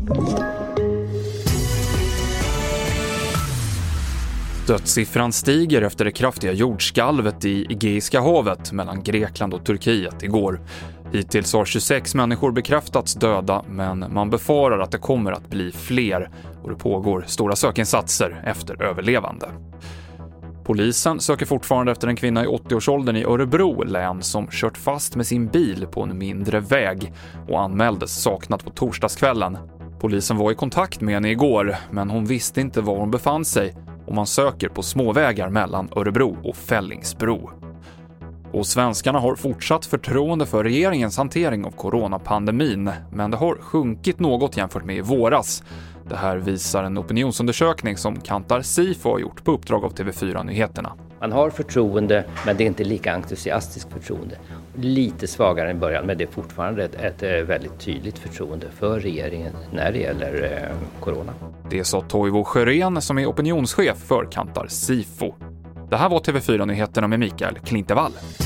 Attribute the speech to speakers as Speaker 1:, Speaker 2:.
Speaker 1: Dödssiffran stiger efter det kraftiga jordskalvet i Egeiska havet mellan Grekland och Turkiet igår. Hittills har 26 människor bekräftats döda, men man befarar att det kommer att bli fler och det pågår stora sökinsatser efter överlevande. Polisen söker fortfarande efter en kvinna i 80-årsåldern i Örebro län som kört fast med sin bil på en mindre väg och anmäldes saknat på torsdagskvällen. Polisen var i kontakt med henne igår, men hon visste inte var hon befann sig och man söker på småvägar mellan Örebro och Fällingsbro. Och svenskarna har fortsatt förtroende för regeringens hantering av coronapandemin, men det har sjunkit något jämfört med i våras. Det här visar en opinionsundersökning som Kantar Sifo har gjort på uppdrag av TV4-nyheterna.
Speaker 2: Man har förtroende, men det är inte lika entusiastiskt förtroende. Lite svagare än början, men det är fortfarande ett väldigt tydligt förtroende för regeringen när det gäller corona.
Speaker 1: Det sa Toivo Sjörén som är opinionschef för Kantar Sifo. Det här var TV4-nyheterna med Mikael Klintevall.